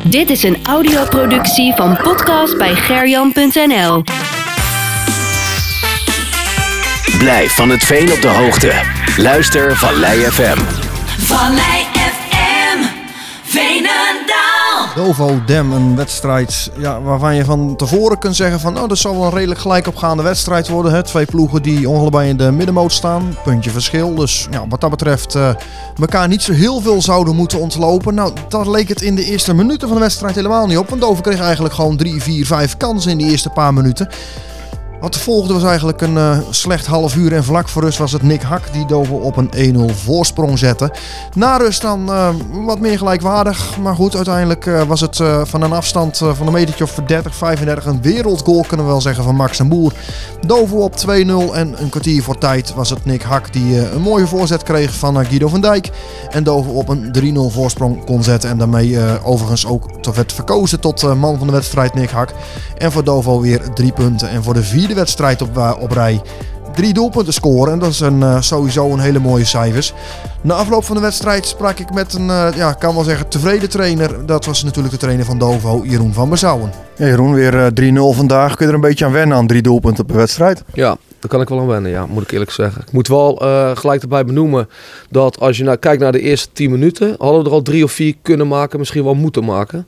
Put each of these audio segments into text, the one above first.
Dit is een audioproductie van podcast bij Gerjan.nl. Blijf van het veen op de hoogte. Luister Vallei FM. Vallei FM, Veenendaal. Dovo-Dem, een wedstrijd waarvan je van tevoren kunt zeggen van dat zal wel een redelijk gelijkopgaande wedstrijd worden. Hè? Twee ploegen die ongeveer in de middenmoot staan. Puntje verschil. Dus wat dat betreft elkaar niet zo heel veel zouden moeten ontlopen. Nou, dat leek het in de eerste minuten van de wedstrijd helemaal niet op. Want Dovo kreeg eigenlijk gewoon 3, 4, 5 kansen in die eerste paar minuten. Wat volgde was eigenlijk een slecht half uur en vlak voor rust was het Nick Hak die Dovo op een 1-0 voorsprong zette. Na rust dan wat meer gelijkwaardig, maar goed, uiteindelijk was het van een afstand van een metertje of 30, 35 een wereldgoal kunnen we wel zeggen van Max en Boer. Dovo op 2-0 en een kwartier voor tijd was het Nick Hak die een mooie voorzet kreeg van Guido van Dijk. En Dovo op een 3-0 voorsprong kon zetten en daarmee overigens ook werd verkozen tot man van de wedstrijd Nick Hak. En voor Dovo weer 3 punten en voor de vierde wedstrijd op rij 3 doelpunten scoren. En dat is sowieso een hele mooie cijfers. Na afloop van de wedstrijd sprak ik met een, kan wel zeggen, tevreden trainer. Dat was natuurlijk de trainer van Dovo, Jeroen van Berzouwen. Ja, Jeroen, weer 3-0 vandaag. Kun je er een beetje aan wennen aan 3 doelpunten per wedstrijd? Ja, daar kan ik wel aan wennen, ja, moet ik eerlijk zeggen. Ik moet wel gelijk erbij benoemen dat als je kijkt naar de eerste 10 minuten... hadden we er al 3 of 4 kunnen maken, misschien wel moeten maken.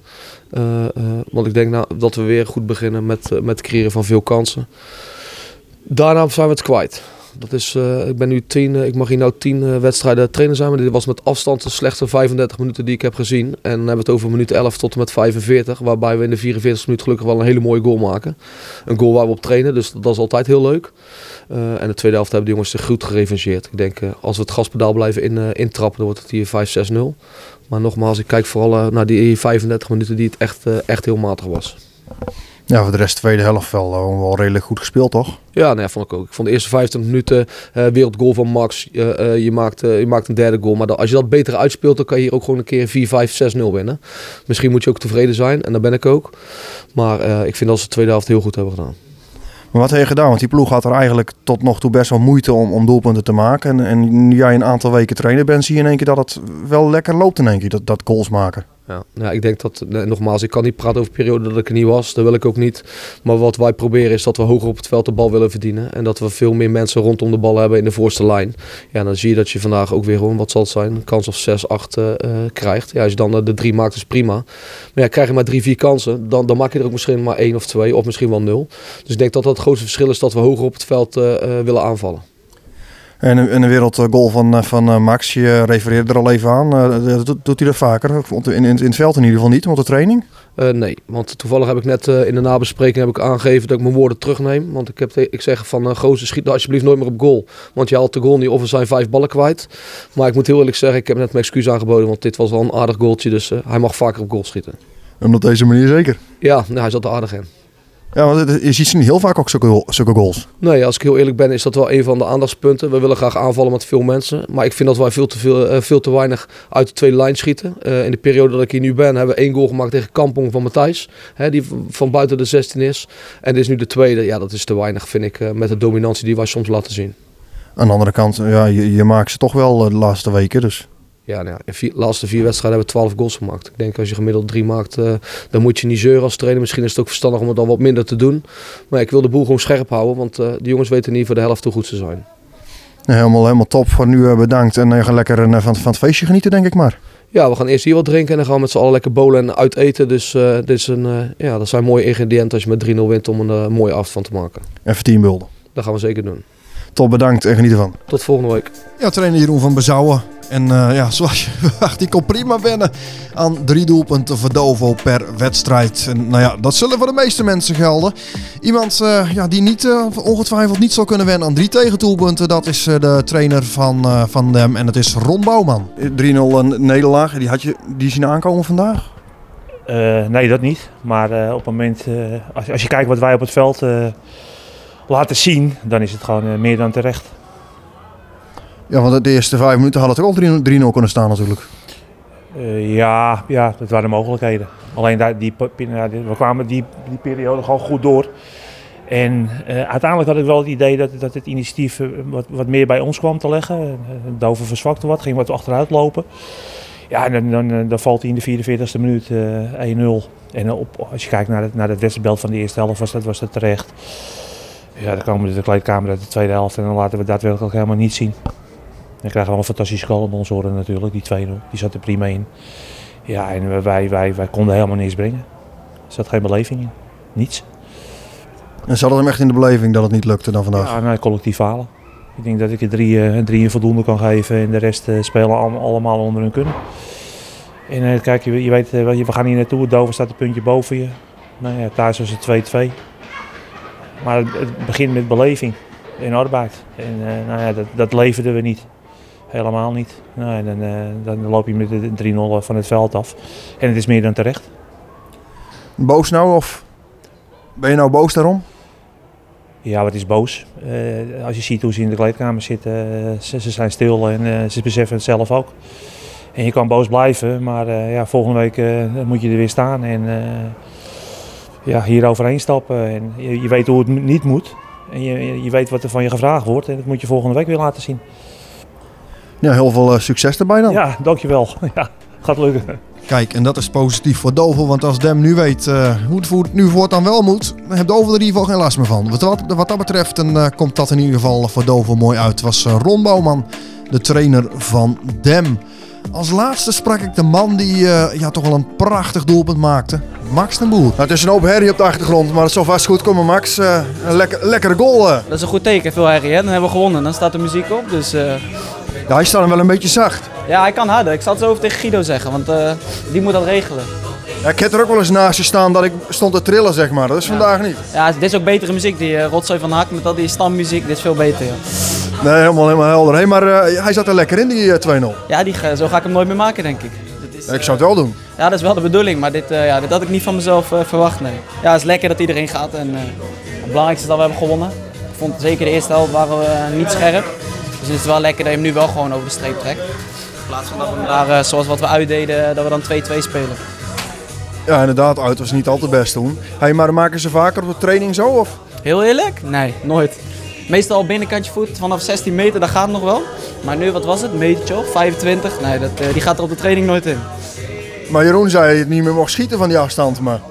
Want ik denk dat we weer goed beginnen met het creëren van veel kansen. Daarna zijn we het kwijt. Dat is, ik mag hier nou 10 wedstrijden trainer zijn, maar dit was met afstand de slechtste 35 minuten die ik heb gezien. En dan hebben we het over minuut 11 tot en met 45, waarbij we in de 44 minuut gelukkig wel een hele mooie goal maken. Een goal waar we op trainen, dus dat is altijd heel leuk. En de tweede helft hebben de jongens zich goed gerevancheerd. Ik denk, als we het gaspedaal blijven intrappen, dan wordt het hier 5-6-0. Maar nogmaals, ik kijk vooral naar die 35 minuten die het echt heel matig was. Ja, voor de rest de tweede helft wel redelijk goed gespeeld, toch? Ja, nee, vond ik ook. Ik vond de eerste 25 minuten wereldgoal van Max. Je maakt een derde goal. Maar als je dat beter uitspeelt, dan kan je hier ook gewoon een keer 4-5-6-0 winnen. Misschien moet je ook tevreden zijn. En daar ben ik ook. Maar ik vind dat ze de tweede helft heel goed hebben gedaan. Maar wat heb je gedaan? Want die ploeg had er eigenlijk tot nog toe best wel moeite om doelpunten te maken. En nu jij een aantal weken trainer bent, zie je in één keer dat het wel lekker loopt in één keer, dat goals maken. Ja, ik denk dat, nogmaals, ik kan niet praten over een periode dat ik er niet was. Dat wil ik ook niet. Maar wat wij proberen is dat we hoger op het veld de bal willen verdienen. En dat we veel meer mensen rondom de bal hebben in de voorste lijn. Ja, dan zie je dat je vandaag ook weer gewoon, wat zal het zijn, een kans of 6, 8 krijgt. Ja, als je dan de 3 maakt, is prima. Maar ja, krijg je maar 3, 4 kansen, dan maak je er ook misschien maar 1 of 2 of misschien wel 0. Dus ik denk dat het grootste verschil is dat we hoger op het veld willen aanvallen. En een wereldgoal van Max, je refereerde er al even aan. Doet hij dat vaker? In het veld in ieder geval niet, want de training? Nee, want toevallig heb ik net in de nabespreking aangegeven dat ik mijn woorden terugneem. Want ik zeg van gozer, schiet nou alsjeblieft nooit meer op goal. Want je haalt de goal niet of we zijn 5 ballen kwijt. Maar ik moet heel eerlijk zeggen, ik heb net mijn excuus aangeboden. Want dit was wel een aardig goaltje, dus hij mag vaker op goal schieten. En op deze manier zeker? Ja, hij zat er aardig in. Ja, want je ziet ze niet heel vaak ook zulke goals. Nee, als ik heel eerlijk ben, is dat wel een van de aandachtspunten. We willen graag aanvallen met veel mensen. Maar ik vind dat wij veel te weinig uit de tweede lijn schieten. In de periode dat ik hier nu ben, hebben we 1 goal gemaakt tegen Kampong van Matthijs. Die van buiten de 16 is. En dit is nu de tweede. Ja, dat is te weinig, vind ik, met de dominantie die wij soms laten zien. Aan de andere kant, ja, je maakt ze toch wel de laatste weken, dus... Ja, in de laatste 4 wedstrijden hebben we 12 goals gemaakt. Ik denk als je gemiddeld 3 maakt, dan moet je niet zeuren als trainer. Misschien is het ook verstandig om het dan wat minder te doen. Maar ik wil de boel gewoon scherp houden, want de jongens weten niet voor de helft hoe goed ze zijn. Helemaal top. Voor nu bedankt en je gaat lekker van het feestje genieten, denk ik maar. Ja, we gaan eerst hier wat drinken en dan gaan we met z'n allen lekker bowlen en uiteten. Dus dat zijn mooie ingrediënten als je met 3-0 wint om een mooie avond van te maken. Even teambulden. Dat gaan we zeker doen. Top, bedankt en geniet ervan. Tot volgende week. Ja, trainer Jeroen van Berzouwen. En zoals je verwacht, die kon prima wennen aan 3 doelpunten voor Dovo per wedstrijd. En dat zullen voor de meeste mensen gelden. Iemand die niet ongetwijfeld niet zal kunnen wennen aan 3 tegendoelpunten, dat is de trainer van Dem en het is Ron Bouwman. 3-0 nederlaag, die zien aankomen vandaag? Nee, dat niet. Maar op het moment, als je kijkt wat wij op het veld laten zien, dan is het gewoon meer dan terecht. Ja, want de eerste 5 minuten had het ook al 3-0 kunnen staan natuurlijk. Ja, dat waren mogelijkheden. Alleen we kwamen die periode gewoon goed door. En uiteindelijk had ik wel het idee dat het initiatief wat meer bij ons kwam te leggen. Dover verzwakte wat, ging wat achteruit lopen. Ja, dan valt hij in de 44e minuut 1-0. En als je kijkt naar het wedstrijdbeeld van de eerste helft was dat terecht. Ja, dan komen we de kleedkamer uit de tweede helft en dan laten we daadwerkelijk helemaal niet zien. Dan krijgen we wel een fantastische goal op ons oren natuurlijk, die 2-0. Die zat er prima in. Ja, en wij konden helemaal niks brengen. Er zat geen beleving in. Niets. En zat het hem echt in de beleving dat het niet lukte dan vandaag? Ja, collectief falen. Ik denk dat ik er drie een voldoende kan geven en de rest spelen allemaal onder hun kunnen. En kijk, je weet, we gaan hier naartoe, Dover staat een puntje boven je. Nou ja, thuis was het 2-2. Maar het begint met beleving en arbeid. En nou ja, dat leverden we niet. Helemaal niet. Nou, dan loop je met de 3-0 van het veld af. En het is meer dan terecht. Boos nou of ben je nou boos daarom? Ja, wat is boos. Als je ziet hoe ze in de kleedkamer zitten, ze zijn stil en ze beseffen het zelf ook. En je kan boos blijven, maar ja, volgende week moet je er weer staan en ja, hier overheen stappen. En je weet hoe het niet moet. En je weet wat er van je gevraagd wordt en dat moet je volgende week weer laten zien. Ja, heel veel succes erbij dan. Ja, dankjewel. Ja, gaat lukken. Kijk, en dat is positief voor Dover, want als Dem nu weet hoe het nu voortaan wel moet, dan heeft Dover er in ieder geval geen last meer van. Wat dat betreft dan, komt dat in ieder geval voor Dover mooi uit. Het was Ron Bouwman, de trainer van Dem. Als laatste sprak ik de man die toch wel een prachtig doelpunt maakte. Max den Boer. Nou, het is een hoop herrie op de achtergrond, maar het zal vast goed komen, Max. Een lekkere goal. Dat is een goed teken, veel herrie. Hè? Dan hebben we gewonnen, dan staat de muziek op. Dus, Ja, hij staat hem wel een beetje zacht. ja, hij kan harder. Ik zal het zo over tegen Guido zeggen, want die moet dat regelen. Ja, ik heb er ook wel eens naast je staan dat ik stond te trillen, zeg maar. Dat is vandaag niet. Ja, dit is ook betere muziek, die Rotzooi van Hak met al die stammuziek. Dit is veel beter, ja. Nee, helemaal helder. Hey, maar hij zat er lekker in, die 2-0. Ja, zo ga ik hem nooit meer maken, denk ik. Ja, ik zou het wel doen. Ja, dat is wel de bedoeling, maar dit had ik niet van mezelf verwacht, nee. Ja, het is lekker dat iedereen gaat en het belangrijkste is dat we hebben gewonnen. Ik vond zeker de eerste helft waren we niet scherp. Dus het is wel lekker dat je hem nu wel gewoon over de streep trekt. In plaats van dat we daar, zoals wat we uitdeden, dat we dan 2-2 spelen. Ja, inderdaad, uit was niet al te best toen. Hey, maar maken ze vaker op de training zo? Of? Heel eerlijk? Nee, nooit. Meestal binnenkantje voet vanaf 16 meter, dat gaat nog wel. Maar nu, wat was het? Metertje of 25? Nee, die gaat er op de training nooit in. Maar Jeroen zei dat je het niet meer mocht schieten van die afstand. Maar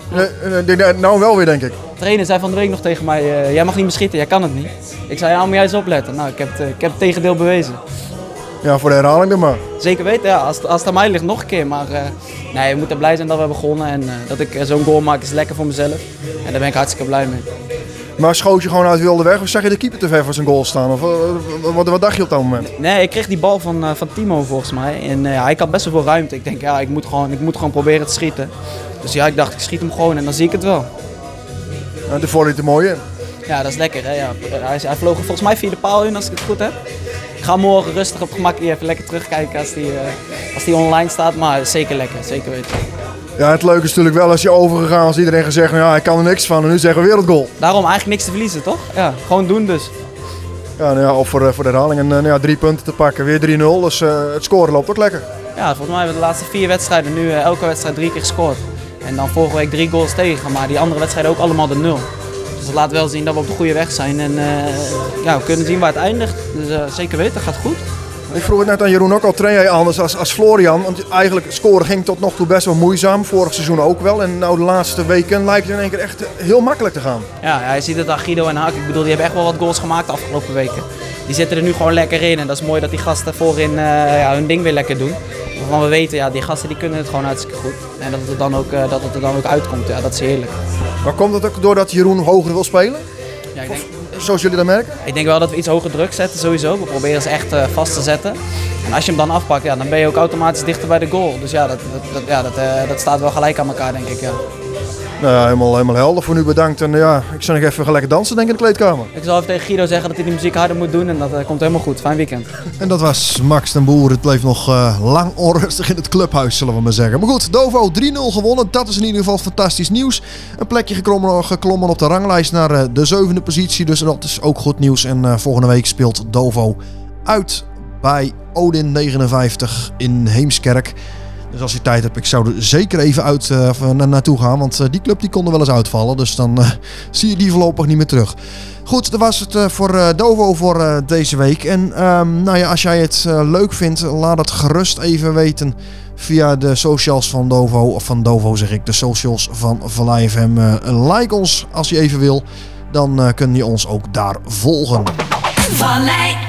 nou wel weer, denk ik. De trainer zei van de week nog tegen mij, jij mag niet meer schieten, jij kan het niet. Ik zei, ja, moet jij eens opletten. Nou, ik heb het tegendeel bewezen. Ja, voor de herhaling dan maar. Zeker weten, ja, als het aan mij ligt nog een keer. Maar nee, we moeten blij zijn dat we hebben gewonnen. En dat ik zo'n goal maak is lekker voor mezelf. En daar ben ik hartstikke blij mee. Maar schoot je gewoon uit wilde weg of zag je de keeper te ver voor zijn goal staan? Of wat dacht je op dat moment? Nee, ik kreeg die bal van Timo volgens mij. En hij had best wel veel ruimte. Ik denk, ja, ik moet gewoon proberen te schieten. Dus ja, ik dacht, ik schiet hem gewoon en dan zie ik het wel. En de volley er mooi in. Ja, dat is lekker. Hè? Ja, hij vloog volgens mij via de paal in, als ik het goed heb. Ik ga morgen rustig op gemak even lekker terugkijken als die online staat. Maar zeker lekker, zeker weten. Ja, het leuke is natuurlijk wel als je overgegaan, als iedereen gezegd, ja, ik kan er niks van en nu zeggen we wereldgoal. Daarom eigenlijk niks te verliezen, toch? Ja, gewoon doen dus. Ja, nou ja, of voor de herhaling en 3 punten te pakken, weer 3-0, dus het scoren loopt ook lekker. Ja, volgens mij hebben we de laatste 4 wedstrijden nu elke wedstrijd 3 keer gescoord. En dan vorige week 3 goals tegen, maar die andere wedstrijden ook allemaal de 0. Dus dat laat wel zien dat we op de goede weg zijn en we kunnen zien waar het eindigt. Dus zeker weten, dat gaat goed. Ik vroeg het net aan Jeroen ook al, train jij anders als Florian? Want eigenlijk scoren ging tot nog toe best wel moeizaam, vorig seizoen ook wel. En nou de laatste weken lijkt het in één keer echt heel makkelijk te gaan. Ja, je ziet het aan Guido en Hak. Ik bedoel, die hebben echt wel wat goals gemaakt de afgelopen weken. Die zitten er nu gewoon lekker in en dat is mooi dat die gasten voorin hun ding weer lekker doen. Waarvan we weten, ja, die gasten die kunnen het gewoon hartstikke goed. En dat het er dan ook uitkomt, ja, dat is heerlijk. Maar komt dat ook doordat Jeroen hoger wil spelen? Ja, zoals jullie dat merken? Ik denk wel dat we iets hoger druk zetten sowieso. We proberen ze echt vast te zetten. En als je hem dan afpakt, ja, dan ben je ook automatisch dichter bij de goal. Dus ja, dat staat wel gelijk aan elkaar, denk ik. Ja. Nou ja, helemaal helder. Voor nu bedankt. En ja, ik zou nog even lekker dansen, denk ik, in de kleedkamer. Ik zal even tegen Guido zeggen dat hij die muziek harder moet doen. En dat komt helemaal goed. Fijn weekend. En dat was Max den Boer. Het bleef nog lang onrustig in het clubhuis, zullen we maar zeggen. Maar goed, Dovo 3-0 gewonnen. Dat is in ieder geval fantastisch nieuws. Een plekje geklommen op de ranglijst naar de 7e positie. Dus dat is ook goed nieuws. En volgende week speelt Dovo uit bij Odin 59 in Heemskerk. Dus als je tijd hebt, ik zou er zeker even naartoe gaan. Want die club die kon er wel eens uitvallen. Dus dan zie je die voorlopig niet meer terug. Goed, dat was het voor Dovo voor deze week. En als jij het leuk vindt, laat het gerust even weten via de socials van Dovo. Of van Dovo zeg ik, de socials van Vallei FM. Like ons als je even wil. Dan kun je ons ook daar volgen. Vallei